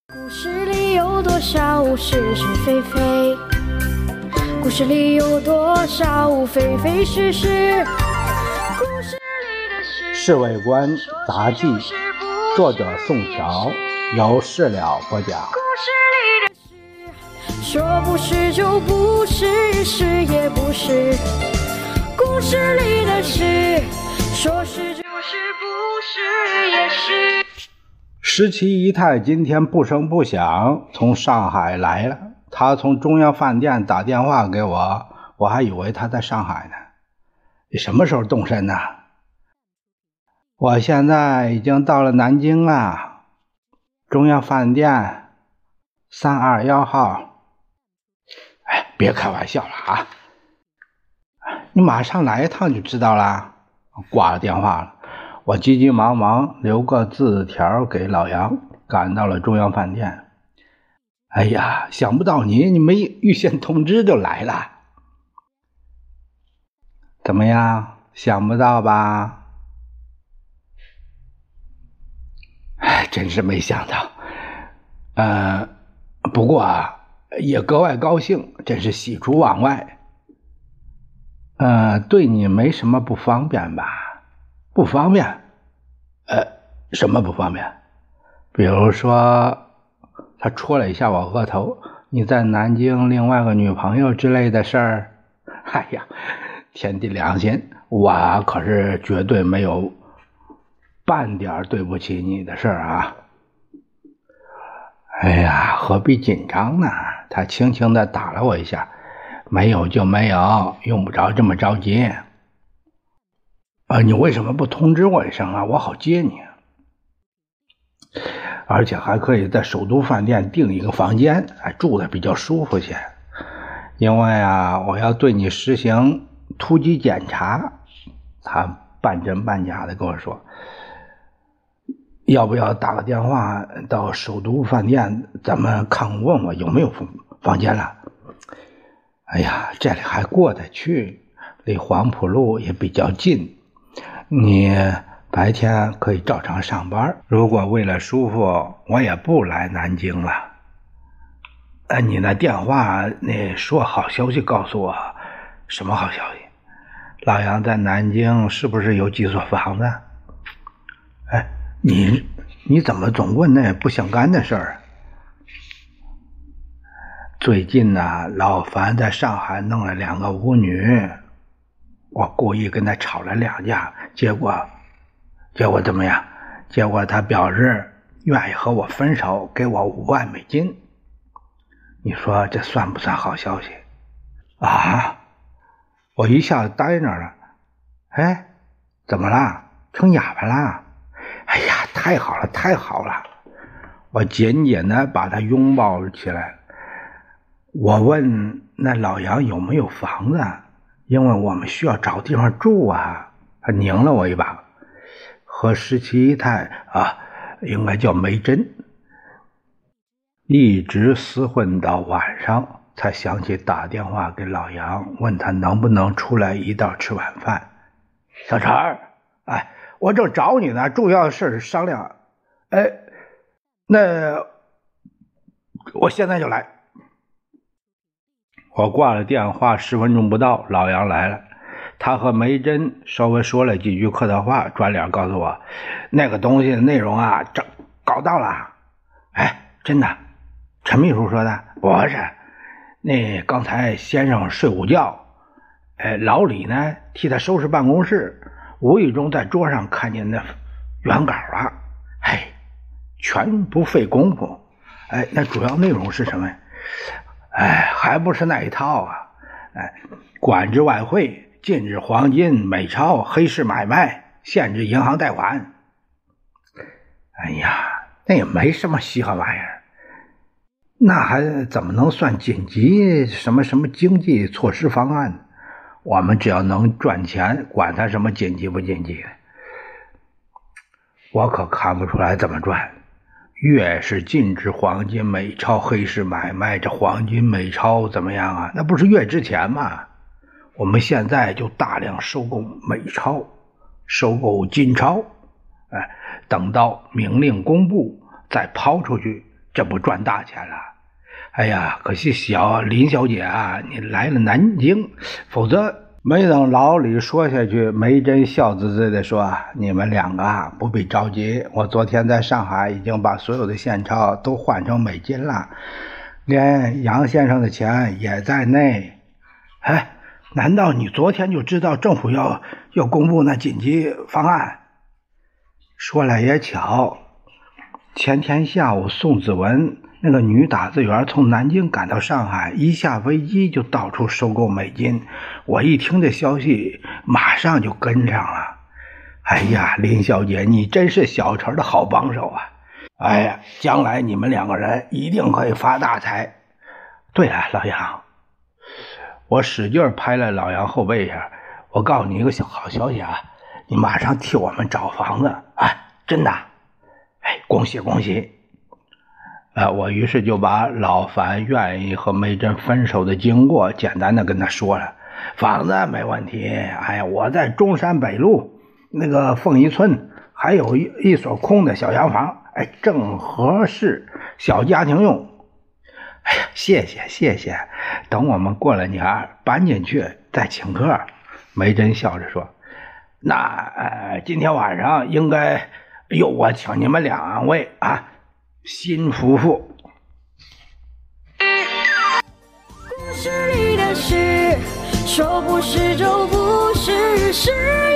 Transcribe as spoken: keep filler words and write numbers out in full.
故事里有多少是是非非？故事里有多少非非是是？故事里的事， 侍卫官杂记，作者宋乔，由事了播讲。 故事里的事，说不是就不是，是也不是。故事里的事，说是就是，不是也是。 十七姨太今天不声不响从上海来了，她从中央饭店打电话给我，我还以为她在上海呢。你什么时候动身呢？我现在已经到了南京了，中央饭店三二一号。哎，别开玩笑了啊！你马上来一趟就知道了。挂了电话了。我急急忙忙留个字条给老杨，赶到了中央饭店。哎呀，想不到你你没预先通知就来了。怎么样？想不到吧？哎，真是没想到。呃，不过啊，也格外高兴，真是喜出望外。呃，对你没什么不方便吧？不方便？呃，什么不方便？比如说，他戳了一下我额头，你在南京另外个女朋友之类的事儿。哎呀，天地良心，我可是绝对没有半点对不起你的事儿啊！哎呀，何必紧张呢？他轻轻地打了我一下，没有就没有，用不着这么着急。啊，你为什么不通知我一声啊？我好接你。而且还可以在首都饭店订一个房间，还住的比较舒服些。因为啊，我要对你实行突击检查。他半真半假的跟我说，要不要打个电话到首都饭店，咱们看问问有没有房间了。哎呀，这里还过得去，离黄浦路也比较近。你白天可以照常上班，如果为了舒服，我也不来南京了。呃，你那电话那说好消息告诉我，什么好消息？老杨在南京是不是有几所房子？哎，你你怎么总问那不相干的事儿？最近呢，老樊在上海弄了两个舞女，我故意跟他吵了两架，结果结果怎么样？结果他表示愿意和我分手，给我五万美金。你说这算不算好消息啊？我一下呆那儿了。哎，怎么了？成哑巴了？哎呀，太好了，太好了！我紧紧的把他拥抱起来。我问那老杨有没有房子，因为我们需要找地方住啊。他拧了我一把，和十七姨太啊，应该叫梅珍，一直厮混到晚上，才想起打电话给老杨，问他能不能出来一道吃晚饭。小陈儿，哎，我正找你呢，重要的事商量。哎，那我现在就来。我挂了电话，十分钟不到，老杨来了。他和梅珍稍微说了几句客套话，转脸告诉我，那个东西的内容啊，找搞到了。哎，真的？陈秘书说的？不是，那刚才先生睡午觉，哎，老李呢替他收拾办公室，无意中在桌上看见那原稿了。嘿，全不费功夫。哎，那主要内容是什么？哎，还不是那一套啊！哎，管制外汇，禁止黄金、美钞、黑市买卖，限制银行贷款。哎呀，那也没什么稀罕玩意儿，那还怎么能算紧急什么什么经济措施方案呢？我们只要能赚钱，管它什么紧急不紧急的。我可看不出来怎么赚。越是禁止黄金美钞黑市买卖，这黄金美钞怎么样啊？那不是越值钱吗？我们现在就大量收购美钞，收购金钞，哎，等到明令公布再抛出去， 这不赚大钱了。哎呀，可惜小林小姐啊，你来了南京，否则……没等老李说下去，梅珍笑滋滋地说：“你们两个啊，不必着急，我昨天在上海已经把所有的现钞都换成美金了，连杨先生的钱也在内。”哎，难道你昨天就知道政府要要公布那紧急方案？说来也巧，前天下午宋子文那个女打字员从南京赶到上海，一下飞机就到处收购美金。我一听这消息，马上就跟上了。哎呀，林小姐，你真是小陈的好帮手啊！哎呀，将来你们两个人一定可以发大财。对了，老杨，我使劲拍了老杨后背一下，我告诉你一个小好消息啊，你马上替我们找房子啊，真的。哎，恭喜恭喜！呃，我于是就把老樊愿意和梅珍分手的经过简单的跟他说了。房子没问题，哎呀，我在中山北路那个凤仪村还有一一所空的小洋房，哎，正合适小家庭用。哎呀，谢谢谢谢，等我们过了年搬进去再请客。梅珍笑着说：“那呃，今天晚上应该由我请你们两位啊。”新夫妇。 故事里的事，说不是就不是，是